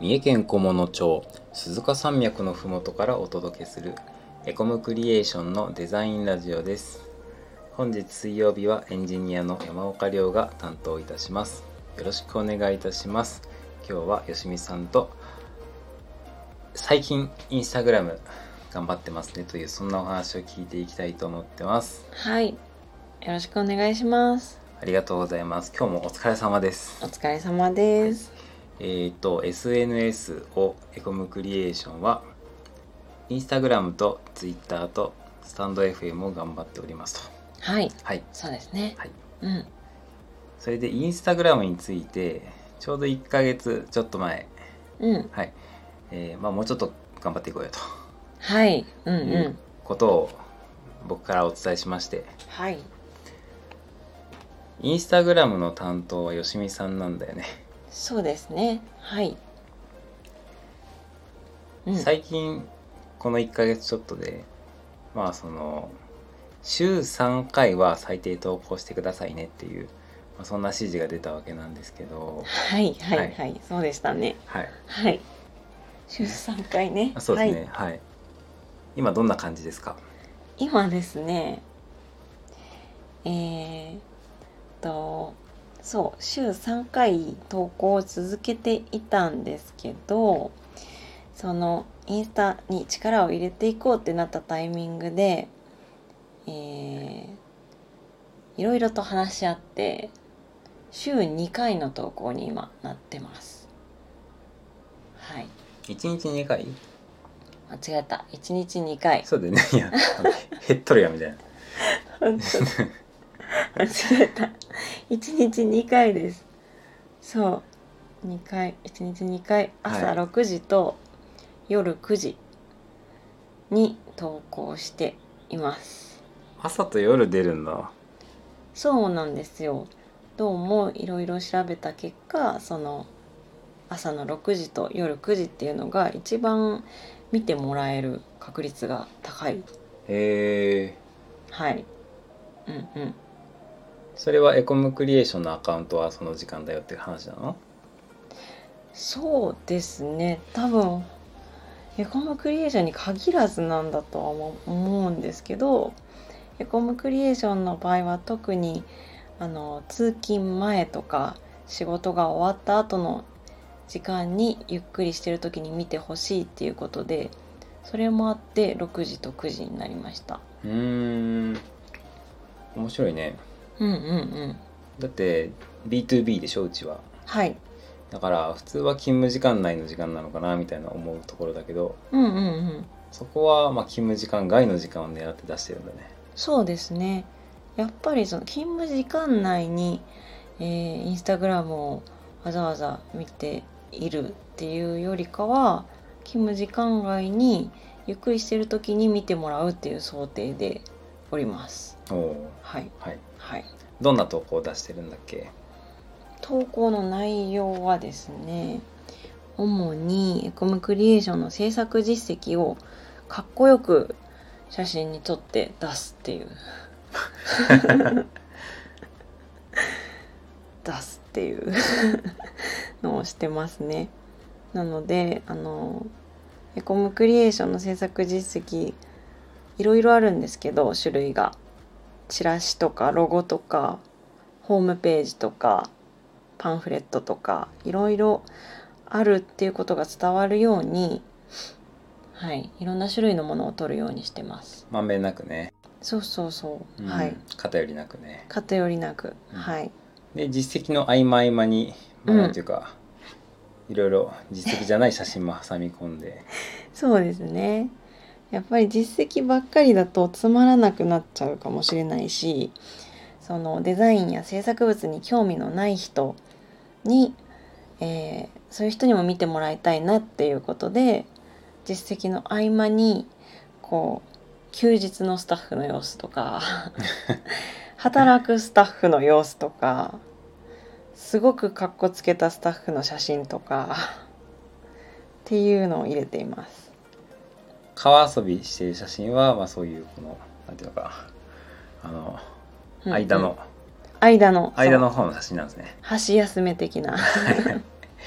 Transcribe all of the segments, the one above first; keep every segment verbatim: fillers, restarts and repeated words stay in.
三重県菰野町鈴鹿山脈のふもとからお届けするエコムクリエーションのデザインラジオです。本日水曜日はエンジニアの山岡亮が担当いたします。よろしくお願いいたします。今日はよしみさんと最近インスタグラム頑張ってますねというそんなお話を聞いていきたいと思ってます。 はい、よろしくお願いします。 ありがとうございます。今日もお疲れ様です。 お疲れ様です。 えっと エスエヌエス をエコムクリエーションはインスタグラムとツイッターとスタンド エフエム を頑張っておりますと。 はい、 はい、 そうですね。 はい、 うん。 それでインスタグラムについてちょうどいっかげつちょっと前、 うん、 はい、えー、まあもうちょっと頑張っていこうよと、 はい、うんうん、 いうことを僕からお伝えしまして、 はい、 インスタグラムの担当はよしみさんなんだよね。 そうですね。はい。うん、 最近このいっかげつちょっとでまあその週さんかいは最低投稿してくださいねっていう、まあ、そんな指示が出たわけなんですけど、 はいはいはい、 はい、 そうでしたね。 はい、 はい。週さんかいね。 そうですね、 はい、 はい。今どんな感じですか？ 今ですね、えー、とそう週さんかい投稿を続けていたんですけど、そのインスタに力を入れていこうってなったタイミングで、えー、いろいろと話し合って週にかいの投稿に今なってます。はい。 いちにちにかい？ 間違えた。いちにちにかい。 そうだよね。いや減っとるやみたいな。 本当だ。間違えた。いちにちにかいです。そうにかい、いちにちにかい、朝ろくじと夜くじに投稿しています。 朝と夜出るんだ。 そうなんですよ。どうもいろいろ調べた結果、その朝のろくじと夜くじっていうのが一番見てもらえる確率が高い。 へえ。 はい。うんうん。 それはエコムクリエーションのアカウントはその時間だよっていう話なの？ そうですね。多分エコムクリエーションに限らずなんだとは思うんですけど、エコムクリエーションの場合は特にあの通勤前とか仕事が終わった後の時間にゆっくりしてる時に見てほしいっていうことで、それもあってろくじとくじになりました。 うーん、面白いね。 うんうんうん。 だって ビーツービー でしょうちは。 はい。 だから普通は勤務時間内の時間なのかなみたいな思うところだけど、 うんうんうん。 そこはまあ勤務時間外の時間を狙って出してるんだね。 そうですね。やっぱりその勤務時間内に、えー、インスタグラムをわざわざ見ているっていうよりかは、勤務時間外にゆっくりしてる時に見てもらうっていう想定でおります。 おお。 はいはい。 はい。 どんな投稿を出してるんだっけ？ 投稿の内容はですね、主にエコムクリエーションの制作実績をかっこよく写真に撮って出すっていう出すっていうのをしてますね。なのであのエコムクリエーションの制作実績いろいろあるんですけど、種類がチラシとかロゴとかホームページとかパンフレットとかいろいろあるっていうことが伝わるように、はい、いろんな種類のものを取るようにしてます。 まんべんなくね。 そうそうそう、 うん、 はい。 偏りなくね。 偏りなく、 うん、 はい。 で実績の合間合間に、まあ、なんていうか、うん、いろいろ実績じゃない写真も挟み込んでそうですね。やっぱり実績ばっかりだとつまらなくなっちゃうかもしれないし、そのデザインや制作物に興味のない人に、えー、そういう人にも見てもらいたいなっていうことで、実績の合間にこう休日のスタッフの様子とか働くスタッフの様子とか、すごくかっこつけたスタッフの写真とかっていうのを入れています。 川遊びしている写真は、まあ、そういうこのなんていうのかあの、うんうん、間の間の間の方の写真なんですね。 箸休め的な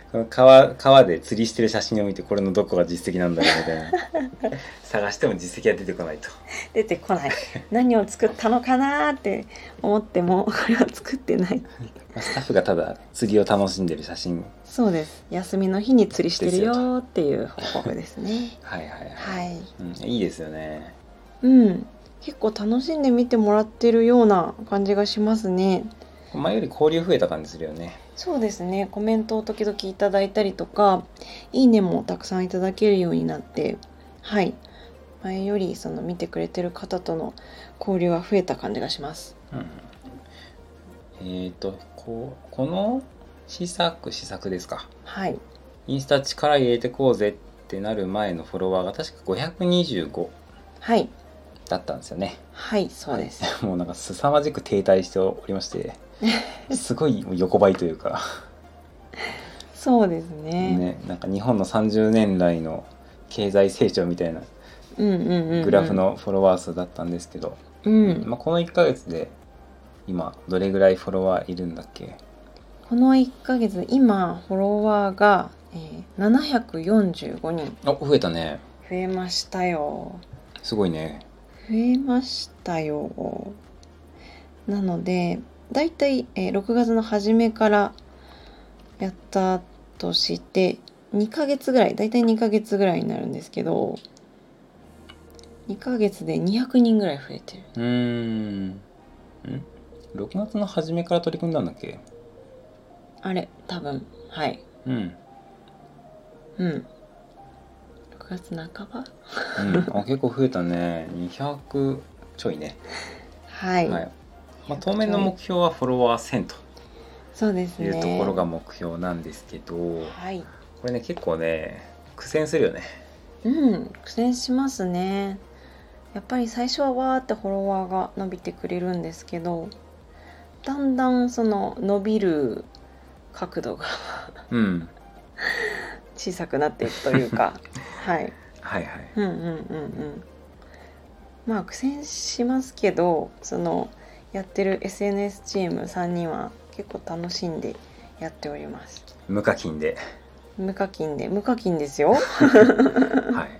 この川川で釣りしてる写真を見てこれのどこが実績なんだろうみたいな探しても実績は出てこないと。 出てこない。何を作ったのかなって思ってもこれは作ってない。 スタッフがただ釣りを楽しんでる写真。 そうです。休みの日に釣りしてるよっていう報告ですね。 はいはいはい、 はい、 うん、いいですよね。 うん、結構楽しんで見てもらってるような感じがしますね。 前より交流増えた感じするよね。 そうですね。コメントを時々いただいたりとか、いいねもたくさんいただけるようになって、はい、前よりその見てくれてる方との交流は増えた感じがします。 うん、えっ、ー、とここの試作試作ですか。 はい。 インスタ力入れてこうぜってなる前のフォロワーが確かごひゃくにじゅうごはいだったんですよね。 はい、そうです。 はい、もうなんか凄まじく停滞しておりましてすごい横ばいというかそうですね。 ね、なんか日本のさんじゅうねんだいの経済成長みたいなグラフのフォロワー数だったんですけど、 うんまあ、このいっかげつで今どれぐらいフォロワーいるんだっけ。 このいっかげつ今フォロワーが、えー、ななひゃくよんじゅうごにん。 あ、増えたね。 増えましたよ。 すごいね。 増えましたよ。なのでだいたい、えー、ろくがつの初めからやったとしてにかげつぐらい、だいたいにかげつぐらいになるんですけど、にかげつでにひゃくにんぐらい増えてる。 うーんんろくがつの初めから取り組んだんだっけ。 あれ多分はいうんうんろくがつなかばうん、あ結構増えたね。にひゃくちょいね。 はい、 はい、まあ、当面の目標はフォロワーせんとそうですねいうところが目標なんですけど、 はい、 これね結構ね苦戦するよね。 うん苦戦しますね。やっぱり最初はわーってフォロワーが伸びてくれるんですけど、だんだんその伸びる角度がうん小さくなっていくというかはいはいはいうんうんうんうんまあ苦戦しますけど、そのやってる エスエヌエス チームさんにんは結構楽しんでやっております。 無課金で無課金で無課金ですよはい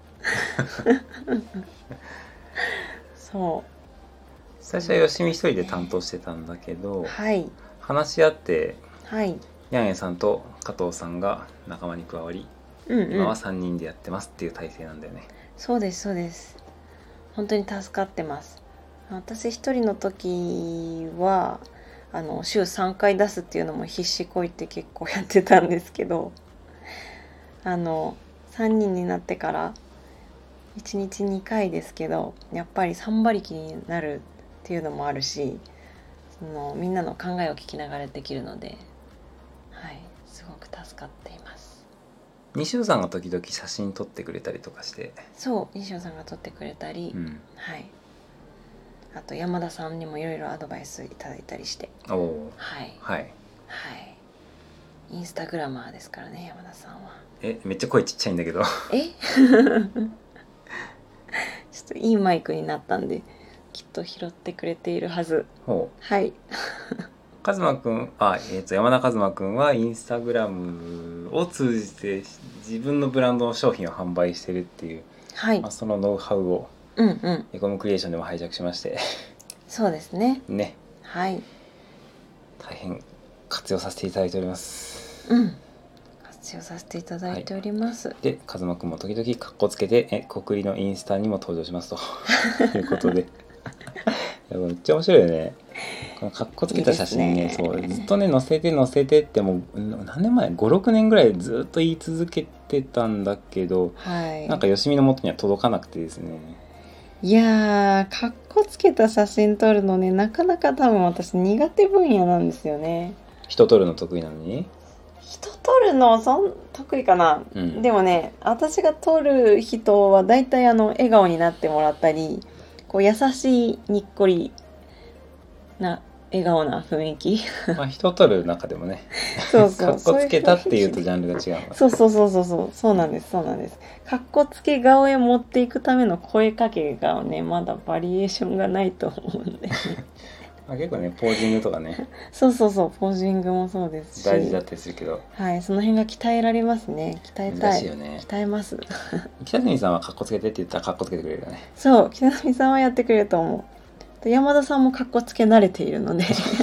そう最初はよしみ一人で担当してたんだけど、 はい話し合ってはいヤンエさんと加藤さんが仲間に加わり、 うんうん今はさんにんでやってますっていう体制なんだよね。 そうですそうです。本当に助かってます。私一人の時はあの週さんかい出すっていうのも必死こいって結構やってたんですけど、あのさんにんになってからいちにちにかいですけど、やっぱりさん馬力になるっていうのもあるし、そのみんなの考えを聞きながらできるので、はい、すごく助かっています。 西尾さんが時々写真撮ってくれたりとかして。 そう西尾さんが撮ってくれたり、 うん、 はい、あと山田さんにもいろいろアドバイスいただいたりして、 おおはいはいはいインスタグラマーですからね山田さんは。 えめっちゃ声ちっちゃいんだけどえちょっといいマイクになったんできっと拾ってくれているはず。 ほうはいカズマくんあ、えー、と山田和馬くんはインスタグラムを通じて自分のブランドの商品を販売してるっていう、 はい、 まあ、そのノウハウをうんうんエコムクリエーションでも拝借しましてそうですねねはい大変活用させていただいております。 うん活用させていただいております、 はい、でカズマくんも時々カッコつけてえコクリのインスタにも登場しますということでめっちゃ面白いよねこのカッコつけた写真ね。いいですね。そうずっとね載せて載せてってもう何年前ごろくねんぐらいずっと言い続けてたんだけど、 はい、 なんかよしみの元には届かなくてですね。 いやーかっこつけた写真撮るのねなかなか多分私苦手分野なんですよね。 人撮るの得意なのに人撮るのそん得意かな、うん、でもね私が撮る人はだいたいあの笑顔になってもらったりこう優しいにっこりな笑顔な雰囲気まあ人撮る中でもねそうそうかっこつけたっていうとジャンルが違うそうそうそうそうそうそうなんですそうなんですかっこつけ顔へ持っていくための声かけがねまだバリエーションがないと思うんで、ね、 あ、結構ねポージングとかねそうそうそう、ポージングもそうですし、 大事だったりするけど、 はい、その辺が鍛えられますね。鍛えたい。 難しいよね。 鍛えます。 北住さんはカッコつけてって言ったらカッコつけてくれるよね。 そう北住さんはやってくれると思う。で山田さんもカッコつけ慣れているので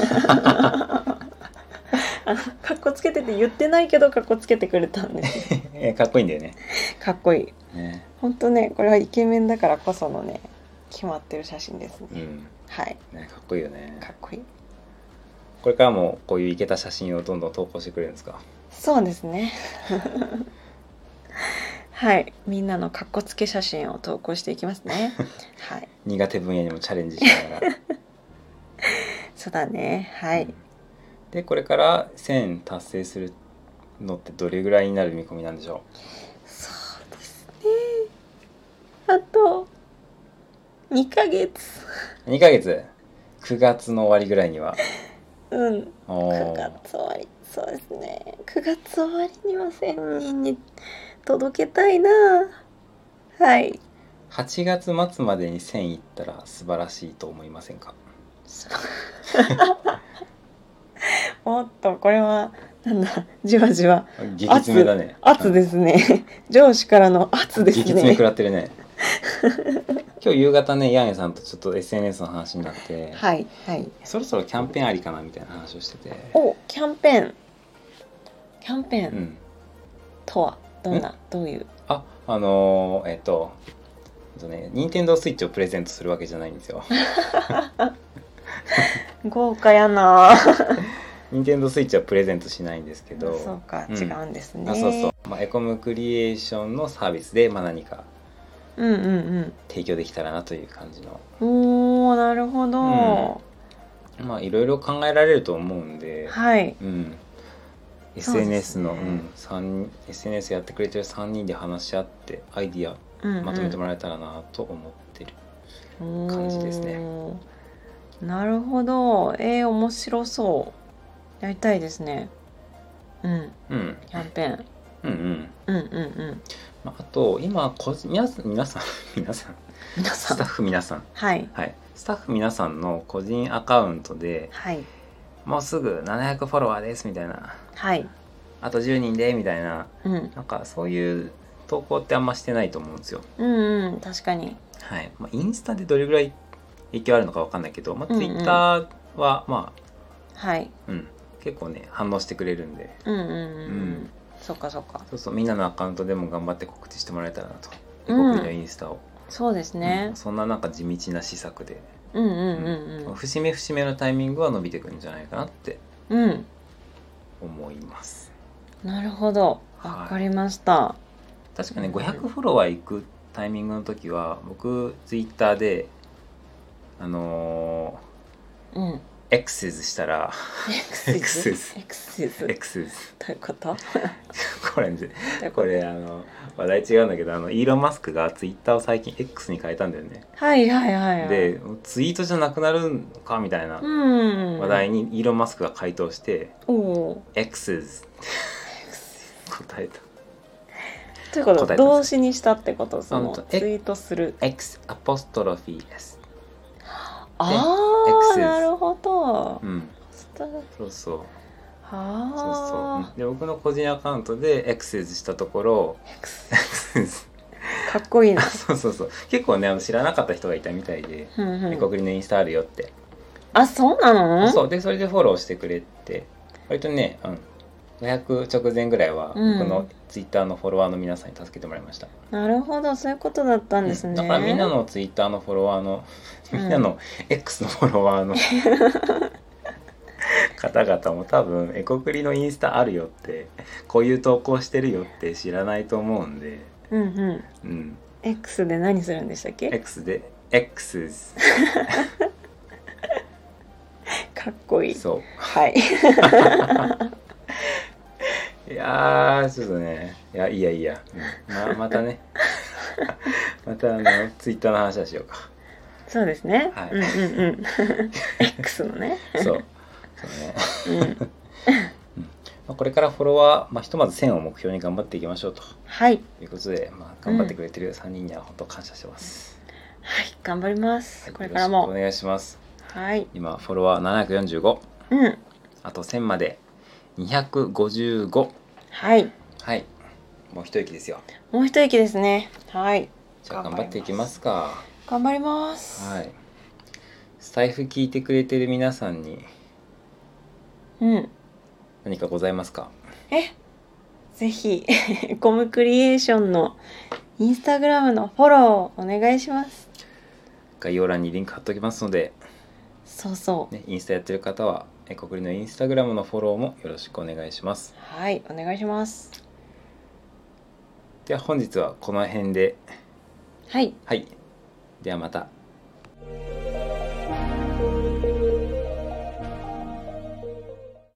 あのカッコつけてて言ってないけどカッコつけてくれたんですよえかっこいいんだよね。 かっこいい。 ね、 ほんとね、これはイケメンだからこそのね決まってる写真ですね。 うん、 はい、 ね、かっこいいよね。 かっこいい。 これからもこういうイケた写真をどんどん投稿してくれるんですか？ そうですねはい、みんなのカッコつけ写真を投稿していきますねはい、 苦手分野にもチャレンジしながらそうだね。はい、 うん、でこれからせん達成するのってどれぐらいになる見込みなんでしょそうですね、あとにかげつ。 う？にかげつ、くがつの終わりぐらいには。 うんおーくがつ終わり、そうですね、くがつ終わりにはせんにんに届けたいな。はい、 はちがつ末までにせんいったら素晴らしいと思いませんか？ おっとこれはなんだ、じわじわ激詰めだね。 圧ですね上司からの圧ですね。 激詰め食らってるね今日夕方ねヤンエさんとちょっと エスエヌエス の話になって、 はいはい。 そろそろキャンペーンありかなみたいな話をしてて、 お、キャンペーンキャンペーンうん、 とはどんな、どういう。 ああのー、えっとえっとね任天堂スイッチをプレゼントするわけじゃないんですよ豪華やな任天堂スイッチはプレゼントしないんですけど、 そうか、 うん、 違うんですね。 あそうそう、まあ、エコムクリエーションのサービスで、まあ、何かうんうん提供できたらなという感じの、 うん。おー、なるほど、 うん、まあいろいろ考えられると思うんで、 はい、 うん、 そうですねエスエヌエス の、うん、さん エスエヌエス やってくれてるさんにんで話し合ってアイディアうんうん、 まとめてもらえたらなと思ってる感じですね。 おー、なるほど。えー、面白そう。やりたいですね。うん、 うんキャンペーン。 うんうんうんうんうん。 まあ、あと今個人皆さん皆さん皆さん皆さんスタッフ皆さん、 はいはい、スタッフ皆さんの個人アカウントではいもうすぐななひゃくフォロワーですみたいな、 はいあとじゅうにんでみたいな、 うんなんかそういう投稿ってあんましてないと思うんですよ。 うんうん、確かに。 はい、まあ、インスタでどれぐらい影響あるのかわかんないけど、まあ、 うんうんツイッターはまはいあ、うん、結構ね反応してくれるんで、 うんうんうん、うんん、 そっかそっか。 そうそう、みんなのアカウントでも頑張って告知してもらえたらなと、 うん僕のインスタを、 そうですねうん、そんななんか地道な施策で、 うんうんうんうん節目節目のタイミングは伸びてくるんじゃないかなってうん思います。 なるほど、わかりました、 確かねごひゃくフォロワーいくタイミングの時は僕ツイッターであのうん、 ー、エクセスしたらエクセスエエクセスエクセスどういうことこれこれあの話題違うんだけど、あのイーロン・マスクがツイッターを最近 X に変えたんだよね。 はいはいはいはい。 でツイートじゃなくなるのかみたいなうん話題にイーロン・マスクが回答しておお X 答えた。 ということ答えたんです動詞にしたってこと、そのあツイートする。 X アポストロフィー S。 ああ X なるほど、 うん、 そうそうそうそうあそう。で僕の個人アカウントで X したところあ X かっこいいなそうそうそう結構ねあの知らなかった人がいたみたいでうんうんエコグリのインスタあるよってあ、そうなの？ そうでそれでフォローしてくれて割とね、うん、ごひゃく直前ぐらいは僕のツイッターのフォロワーの皆さんに助けてもらいました、 なるほど、そういうことだったんですね、 うん、だからみんなのツイッターのフォロワーのみんなの X のフォロワーの方々も多分エコクリのインスタあるよってこういう投稿してるよって知らないと思うんで、 うんうんうん、 X で何するんでしたっけ？ X で X かっこいい。 そうはいいやーちょっとねいやいいやいいや、うん、ま, またねまたあのツイッターの話はしようか。 そうですね、 はい、 うんうんうんX のねそうそうね、うんまあ、これからフォロワー、まあ、ひとまずせんを目標に頑張っていきましょうと、 はい、 ということで、まあ、頑張ってくれてるさんにんには本当感謝してます、 はい、頑張ります、 はい、 これからもよろしくお願いします。 はい。 今フォロワーななひゃくよんじゅうご、 うん。 あとせんまでにひゃくごじゅうご。 はい。 はい、もう一息ですよ。 もう一息ですね。はい。 じゃあ頑張っていきますか。 頑張ります。 はい。スタイフ聞いてくれてる皆さんにうん。 何かございますか？ え、ぜひエコムクリエーションのインスタグラムのフォローお願いします。 概要欄にリンク貼っておきますので、 そうそう。 ね、インスタやってる方はエコクリのインスタグラムのフォローもよろしくお願いします。 はい、お願いします。 では本日はこの辺で。 はい。 はい。ではまた。